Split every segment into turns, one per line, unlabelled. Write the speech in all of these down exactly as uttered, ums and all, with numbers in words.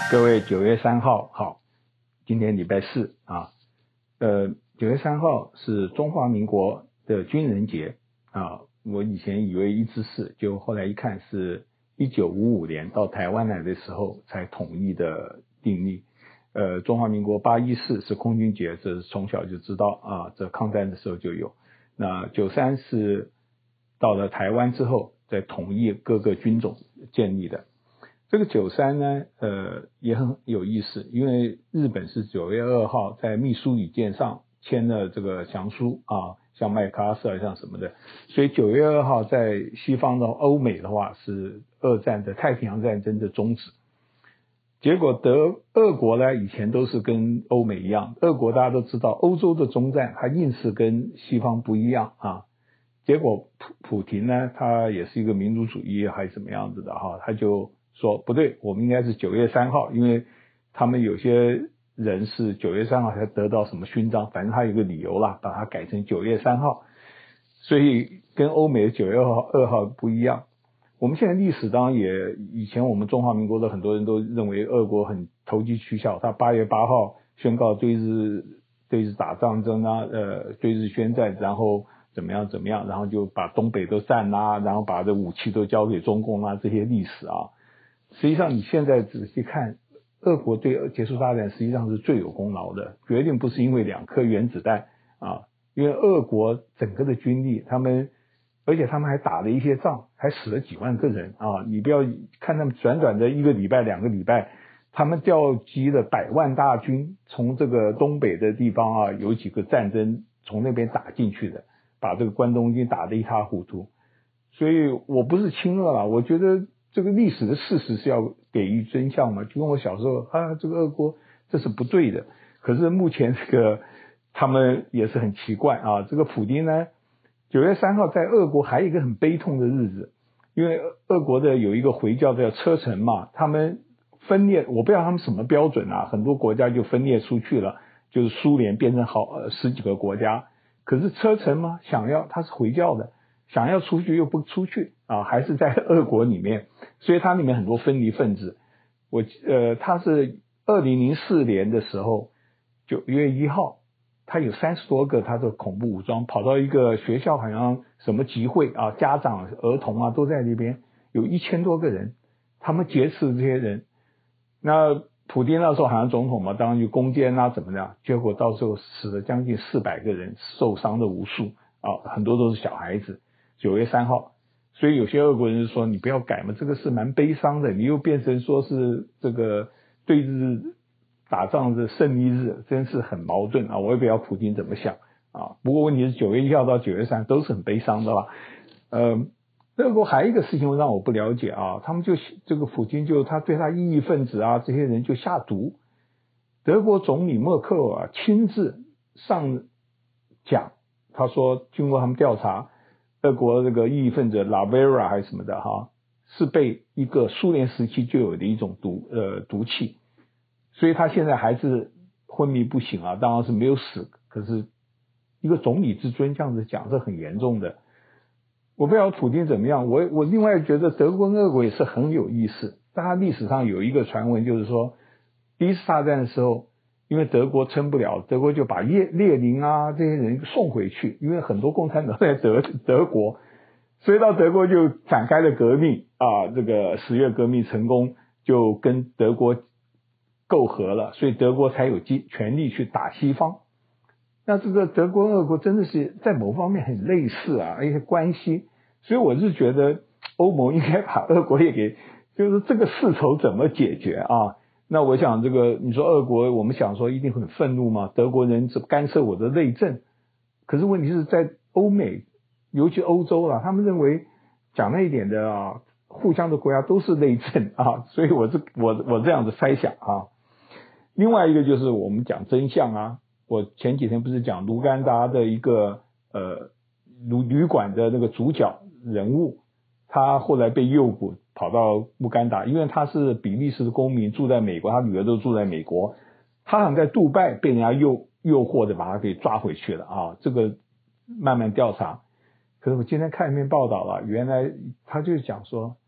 各位九月三号好，今天礼拜四啊，呃，九月三号是中华民国的军人节啊。我以前以为一直是，就后来一看是一九五五年到台湾来的时候才统一的定例。呃，中华民国八一四是空军节，这是从小就知道啊，这抗战的时候就有。那九三是到了台湾之后，再统一各个军种建立的。这个九三呢，呃，也很有意思，因为日本是九月二号在密苏里舰上签了这个降书啊，像麦克阿瑟像什么的，所以九月二号在西方的欧美的话是二战的太平洋战争的终止。结果德俄国呢，以前都是跟欧美一样，俄国大家都知道，欧洲的中战它硬是跟西方不一样啊。结果普普廷呢，他也是一个民族主义还是怎么样子的哈，他就说不对，我们应该是九月三号，因为他们有些人是九月三号才得到什么勋章，反正他有个理由啦，把它改成九月三号，所以跟欧美的九月二号不一样。我们现在历史当然也，以前我们中华民国的很多人都认为俄国很投机取巧，他八月八号宣告对日对日打仗争啊，呃，对日宣战，然后怎么样怎么样，然后就把东北都占啦，然后把这武器都交给中共啊，这些历史啊。实际上你现在仔细看，俄国对结束大战实际上是最有功劳的，决定不是因为两颗原子弹啊，因为俄国整个的军力，他们而且他们还打了一些仗，还死了几万个人啊！你不要看他们短短的一个礼拜两个礼拜，他们调集了百万大军，从这个东北的地方啊，有几个战争从那边打进去的，把这个关东军打得一塌糊涂。所以我不是亲俄啦，我觉得这个历史的事实是要给予真相嘛，就跟我小时候啊，这个俄国这是不对的。可是目前这个他们也是很奇怪啊，这个普丁呢，九月三号在俄国还有一个很悲痛的日子，因为俄国的有一个回教叫车臣嘛，他们分裂，我不知道他们什么标准啊，很多国家就分裂出去了，就是苏联变成好、呃、十几个国家。可是车臣嘛，想要他是回教的，想要出去又不出去啊，还是在俄国里面，所以它里面很多分离分子。我呃，他是二零零四年的时候，九月一号。他有三十多个他的恐怖武装跑到一个学校，好像什么集会啊，家长儿童啊都在那边，有一千多个人，他们劫持这些人。那普丁那时候好像总统嘛，当然就攻坚啊怎么样，结果到时候死了将近四百个人，受伤的无数啊，很多都是小孩子。九月三号，所以有些俄国人就说你不要改嘛，这个是蛮悲伤的，你又变成说是这个对日打仗的胜利日，真是很矛盾啊！我也不知道普丁怎么想啊。不过问题是九月一号到九月三都是很悲伤的啦。呃，俄国还有一个事情让我不了解啊，他们就这个普丁就他对他异议分子啊这些人就下毒。德国总理默克尔啊亲自上讲，他说经过他们调查，俄国这个异议分子拉维拉还是什么的哈，是被一个苏联时期就有的一种毒呃毒气。所以他现在还是昏迷不醒啊，当然是没有死，可是一个总理之尊这样子讲是很严重的。我不知道普丁怎么样，我我另外觉得德国跟俄国也是很有意思。大家历史上有一个传闻，就是说第一次大战的时候，因为德国撑不了，德国就把列列宁啊这些人送回去，因为很多共产党在德德国，所以到德国就展开了革命啊，这个十月革命成功，就跟德国媾和了，所以德国才有权力去打西方。那这个德国俄国真的是在某方面很类似啊，一些关系，所以我是觉得欧盟应该把俄国也给，就是这个世仇怎么解决啊？那我想这个你说俄国，我们想说一定很愤怒嘛，德国人干涉我的内政，可是问题是在欧美，尤其欧洲啦，他们认为讲那一点的啊，互相的国家都是内政啊，所以我这我我这样子猜想啊。另外一个就是我们讲真相啊，我前几天不是讲卢甘达的一个呃旅旅馆的那个主角人物，他后来被诱捕跑到乌干达，因为他是比利时的公民，住在美国，他女儿都住在美国，他好像在杜拜被人家诱诱惑的把他给抓回去了啊，这个慢慢调查。可是我今天看一篇报道了，原来他就讲说，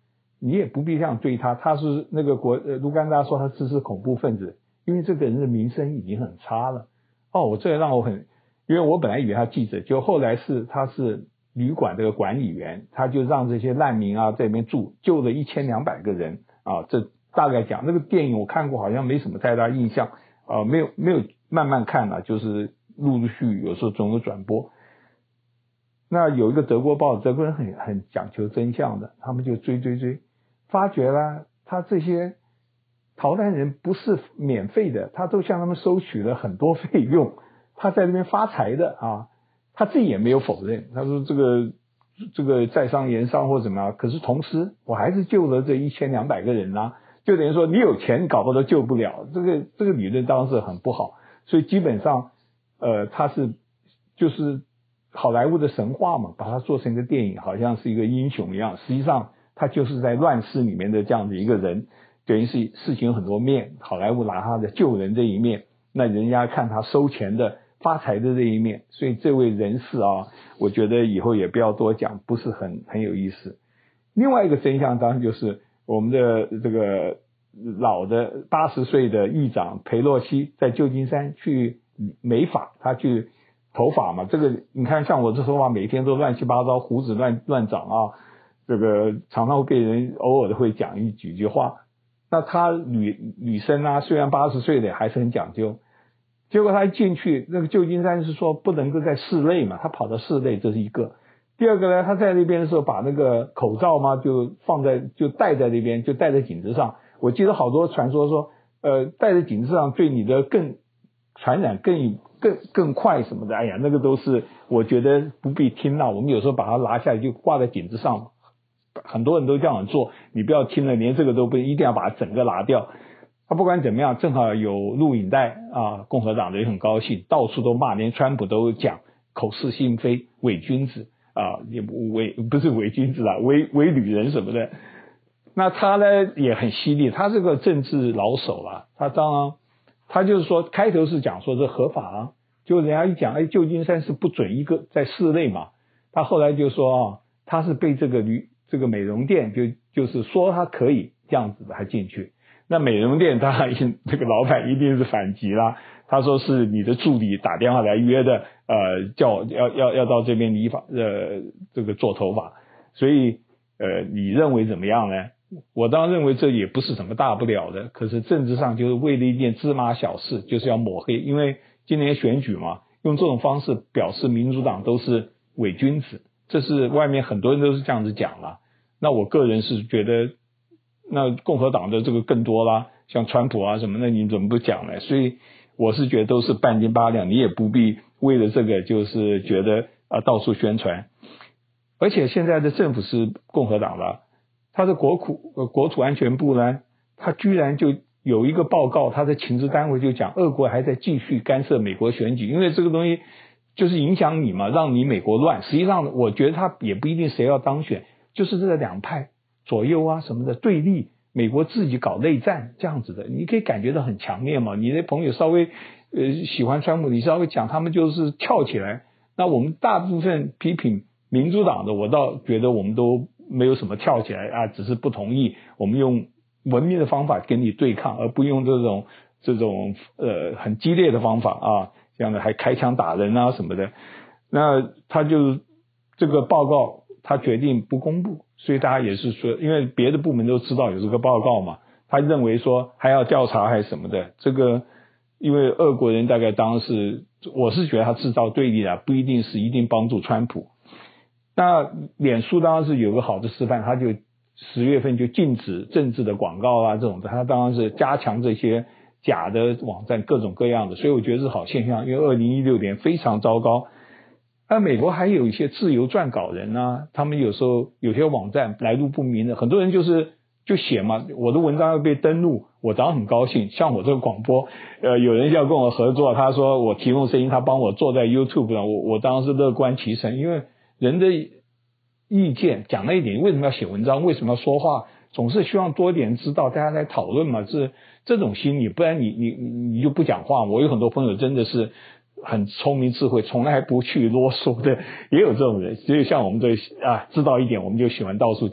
你也不必这样对他，他是那个国呃卢甘达说他支持恐怖分子，因为这个人的名声已经很差了。哦，我这个让我很，因为我本来以为他记者，就后来是他是旅馆这个管理员，他就让这些难民啊在那边住，救了一千两百个人啊。这大概讲那个电影我看过，好像没什么太大印象啊，没有没有慢慢看了、啊，就是陆陆续有时候总有转播。那有一个德国报，德国人很很讲求真相的，他们就追追追。发觉了，他这些逃难人不是免费的，他都向他们收取了很多费用，他在那边发财的啊，他自己也没有否认，他说这个这个在商言商或怎么样，可是同时我还是救了这一千两百个人啊，就等于说你有钱搞不好都救不了，这个这个理论当然是很不好，所以基本上呃他是就是好莱坞的神话嘛，把它做成一个电影，好像是一个英雄一样，实际上他就是在乱世里面的这样的一个人，等于是事情有很多面，好莱坞拿他的救人这一面，那人家看他收钱的发财的这一面，所以这位人士啊，我觉得以后也不要多讲，不是很很有意思。另外一个真相当然就是我们的这个老的八十岁的议长裴洛西在旧金山去美发，他去头发嘛，这个你看像我这头发每天都乱七八糟，胡子乱乱长啊，这个常常会被人偶尔的会讲一几句话。那他女女生啊，虽然八十岁的还是很讲究，结果他一进去，那个旧金山是说不能够在室内嘛，他跑到室内，这是一个。第二个呢，他在那边的时候把那个口罩嘛就放在就戴在那边，就戴在颈子上。我记得好多传说说，呃，戴在颈子上对你的更传染更更更快什么的，哎呀，那个都是我觉得不必听了。我们有时候把它拿下来就挂在颈子上，很多人都这样做，你不要听了，连这个都不一定要把它整个拿掉。他不管怎么样，正好有录影带啊，共和党的也很高兴，到处都骂，连川普都讲口是心非、伪君子啊，也不伪不是伪君子啦，伪伪女人什么的。那他呢也很犀利，他是个政治老手啦，他当然。他就是说，开头是讲说这合法啊，就人家一讲，哎，旧金山是不准一个在室内嘛。他后来就说啊，他是被这个旅这个美容店就就是说他可以这样子的，还进去。那美容店当然这个老板一定是反击啦，他说是你的助理打电话来约的，呃，叫我要要要到这边理发，呃，这个做头发，所以呃，你认为怎么样呢？我当然认为这也不是什么大不了的，可是政治上就是为了一件芝麻小事，就是要抹黑，因为今年选举嘛，用这种方式表示民主党都是伪君子，这是外面很多人都是这样子讲啦。那我个人是觉得，那共和党的这个更多啦，像川普啊什么的，你怎么不讲呢？所以我是觉得都是半斤八两，你也不必为了这个就是觉得啊到处宣传，而且现在的政府是共和党了。他的国土呃国土安全部呢，他居然就有一个报告，他的情治单位就讲，俄国还在继续干涉美国选举，因为这个东西就是影响你嘛，让你美国乱。实际上，我觉得他也不一定谁要当选，就是这个两派左右啊什么的对立，美国自己搞内战这样子的，你可以感觉到很强烈嘛。你的朋友稍微呃喜欢川普，你稍微讲他们就是跳起来。那我们大部分批评民主党的，我倒觉得我们都没有什么跳起来啊，只是不同意，我们用文明的方法跟你对抗，而不用这种这种呃很激烈的方法啊，这样的还开枪打人啊什么的。那他就这个报告他决定不公布，所以大家也是说，因为别的部门都知道有这个报告嘛，他认为说还要调查还是什么的。这个因为俄国人大概当时，我是觉得他制造对立啊，不一定是一定帮助川普。那脸书当然是有个好的示范，他就十月份就禁止政治的广告啊这种的，他当然是加强这些假的网站各种各样的，所以我觉得是好现象，因为二零一六年非常糟糕。那美国还有一些自由撰稿人啊，他们有时候有些网站来路不明的，很多人就是就写嘛，我的文章要被登录，我当然很高兴。像我这个广播，呃，有人要跟我合作，他说我提供声音，他帮我做在 YouTube 上，我我当然是乐观其成，因为人的意见讲了一点，为什么要写文章？为什么要说话？总是希望多一点人知道，大家来讨论嘛，是这种心理，不然你你你就不讲话。我有很多朋友真的是很聪明智慧，从来不去啰嗦的，也有这种人。所以像我们这啊，知道一点我们就喜欢到处讲，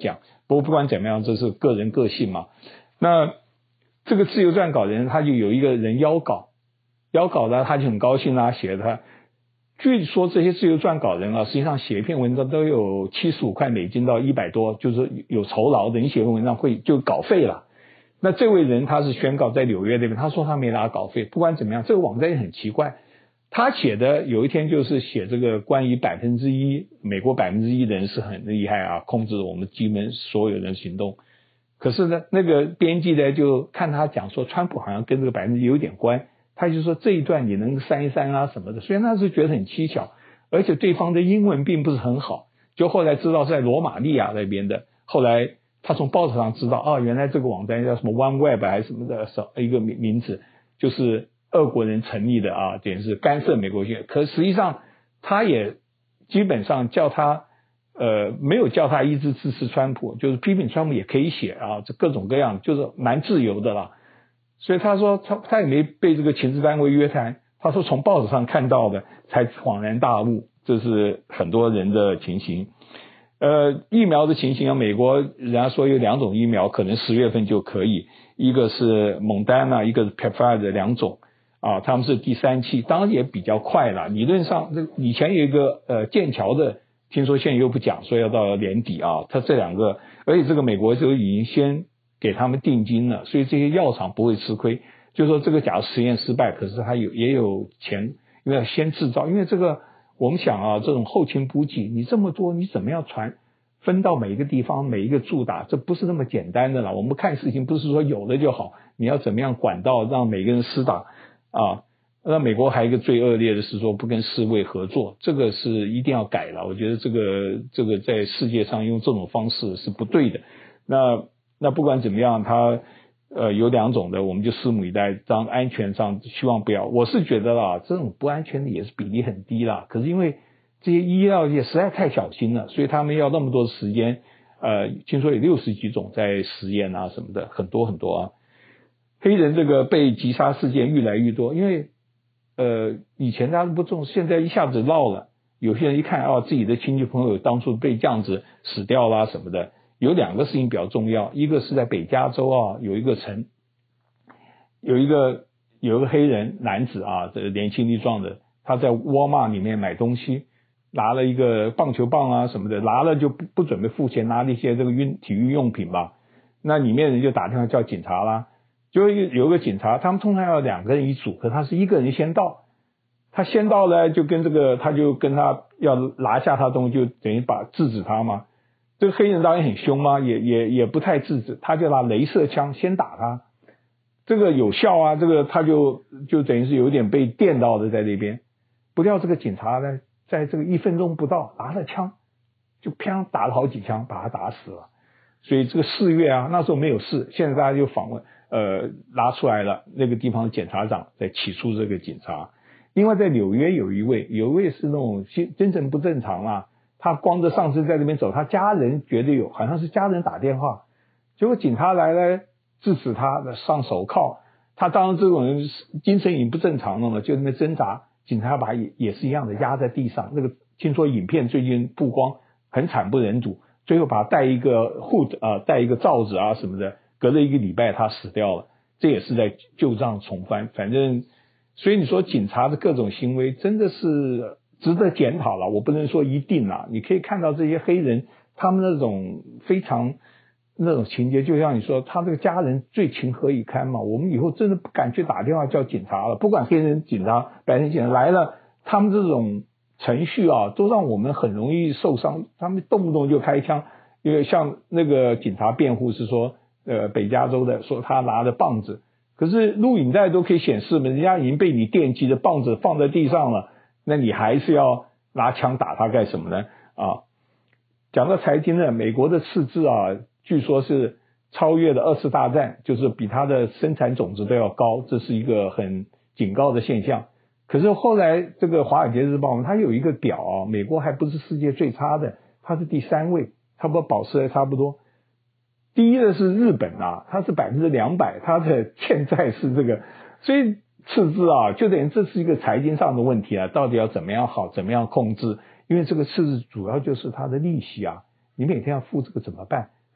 不过不管怎么样，这是个人个性嘛。那这个自由撰稿人他就有一个人邀稿，邀稿呢他就很高兴啦，写他。据说这些自由撰稿人啊，实际上写一篇文章都有七十五块美金到一百多，就是有酬劳的。你写篇文章会就稿费了。那这位人他是宣告在纽约那边，他说他没拿稿费。不管怎么样，这个网站也很奇怪。他写的有一天就是写这个关于百分之一，美国百分之一的人是很厉害啊，控制我们基本所有人行动。可是呢，那个编辑呢就看他讲说，川普好像跟这个百分之一有点关。他就说这一段你能删一删啊什么的，虽然他是觉得很蹊跷，而且对方的英文并不是很好，就后来知道是在罗马尼亚那边的，后来他从报纸上知道，哦，原来这个网站叫什么 OneWeb 还是什么的一个名名字，就是俄国人成立的啊，等于是干涉美国选，可实际上他也基本上叫他呃没有叫他一直支持川普，就是批评川普也可以写啊，这各种各样就是蛮自由的啦。所以他说他他也没被这个情治单位约谈，他说从报纸上看到的才恍然大悟，这是很多人的情形。呃，疫苗的情形啊，美国人家说有两种疫苗，可能十月份就可以，一个是蒙丹娜，一个是 Pfizer 两种啊，他们是第三期，当然也比较快了。理论上，这以前有一个呃剑桥的，听说现在又不讲，说要到年底啊，他这两个，而且这个美国就已经先给他们定金了，所以这些药厂不会吃亏。就是说这个假如实验失败，可是他有也有钱，因为要先制造，因为这个我们想啊，这种后勤补给，你这么多，你怎么样传分到每一个地方，每一个驻打，这不是那么简单的啦。我们看事情不是说有了就好，你要怎么样管道让每个人施打啊？那美国还有一个最恶劣的是说不跟世卫合作，这个是一定要改了。我觉得这个这个在世界上用这种方式是不对的。那那不管怎么样，它呃有两种的，我们就拭目以待。当安全上希望不要，我是觉得啦，这种不安全的也是比例很低啦。可是因为这些医药业实在太小心了，所以他们要那么多时间。呃，听说有六十几种在实验啊什么的，很多很多啊。黑人这个被击杀事件愈来愈多，因为呃以前大家不重视，现在一下子闹了。有些人一看哦，自己的亲戚朋友当初被这样子死掉啦什么的。有两个事情比较重要，一个是在北加州啊，有一个城，有一个有一个黑人男子啊，这个年轻力壮的，他在沃尔玛里面买东西，拿了一个棒球棒啊什么的，拿了就不不准备付钱，拿了一些这个运体育用品吧，那里面人就打电话叫警察啦，就有一个警察，他们通常要两个人一组，可他是一个人先到，他先到呢就跟这个他就跟他要拿下他东西，就等于把制止他嘛。这个黑人当然很凶嘛，也也也不太制止，他就拿雷射枪先打他，这个有效啊，这个他就就等于是有点被电到的在那边，不料这个警察呢，在这个一分钟不到拿了枪，就砰打了好几枪，把他打死了。所以这个四月啊，那时候没有事，现在大家就访问，呃，拿出来了，那个地方的检察长在起诉这个警察。另外在纽约有一位，有一位是那种精神不正常啊。他光着上身在那边走，他家人觉得有，好像是家人打电话，结果警察来了制止他，上手铐。他当然这种人精神已经不正常了嘛，就在那边挣扎，警察把也也是一样的压在地上。那个听说影片最近曝光，很惨不忍睹，最后把他戴一个 hood 啊，戴一个罩子啊什么的，隔了一个礼拜他死掉了，这也是在旧账重翻。反正所以你说警察的各种行为真的是值得检讨了，我不能说一定啦。你可以看到这些黑人，他们那种非常那种情节，就像你说，他这个家人最情何以堪嘛。我们以后真的不敢去打电话叫警察了，不管黑人警察、白人警察来了，他们这种程序啊，都让我们很容易受伤。他们动不动就开枪，因为像那个警察辩护是说，呃，北加州的说他拿着棒子，可是录影带都可以显示嘛，人家已经被你电击的棒子放在地上了。那你还是要拿枪打他干什么呢？啊，讲到财经呢，美国的赤字啊，据说是超越了二次大战，就是比它的生产总值都要高，这是一个很警告的现象。可是后来这个《华尔街日报》它有一个表啊，美国还不是世界最差的，它是第三位，差不多保持还差不多。第一的是日本啊，它是百分之两百，它的欠债是这个，所以赤字啊，就等于这是一个财经上的问题啊，到底要怎么样好，怎么样控制？因为这个赤字主要就是它的利息啊，你每天要付这个怎么办？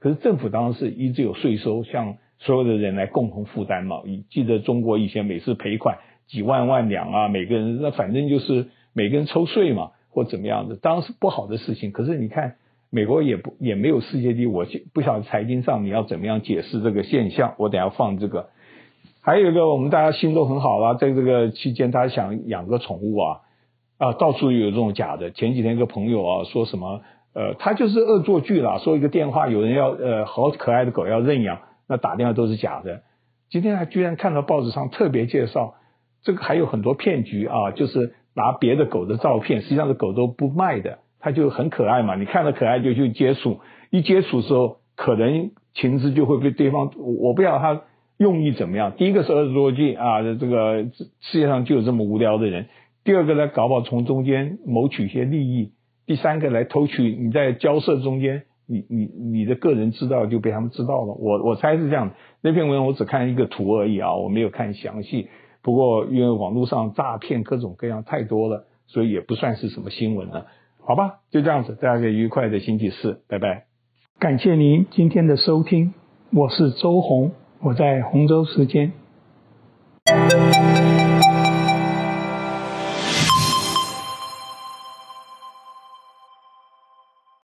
可是政府当然是一直有税收，向所有的人来共同负担嘛。记得中国以前每次赔款几万万两啊，每个人那反正就是每个人抽税嘛，或怎么样的，当然是不好的事情。可是你看美国也不也没有世界第一，我不晓得财经上你要怎么样解释这个现象，我等一下放这个。还有一个我们大家心都很好啦，在这个期间他想养个宠物啊，啊到处有这种假的。前几天一个朋友啊说什么呃他就是恶作剧啦，说一个电话有人要呃好可爱的狗要认养，那打电话都是假的。今天还居然看到报纸上特别介绍，这个还有很多骗局啊，就是拿别的狗的照片，实际上这狗都不卖的，它就很可爱嘛，你看到可爱就去接触，一接触的时候可能情资就会被对方，我不知道他用意怎么样。第一个是恶作剧啊，这个世界上就有这么无聊的人。第二个呢，搞不好从中间谋取一些利益。第三个来偷取，你在交涉中间，你你你的个人知道就被他们知道了。我我猜是这样的。那篇文我只看一个图而已啊，我没有看详细。不过因为网络上诈骗各种各样太多了，所以也不算是什么新闻了。好吧，就这样子，大家可以愉快的星期四，拜拜。感谢您今天的收听，我是周鸿，我在洪州时间。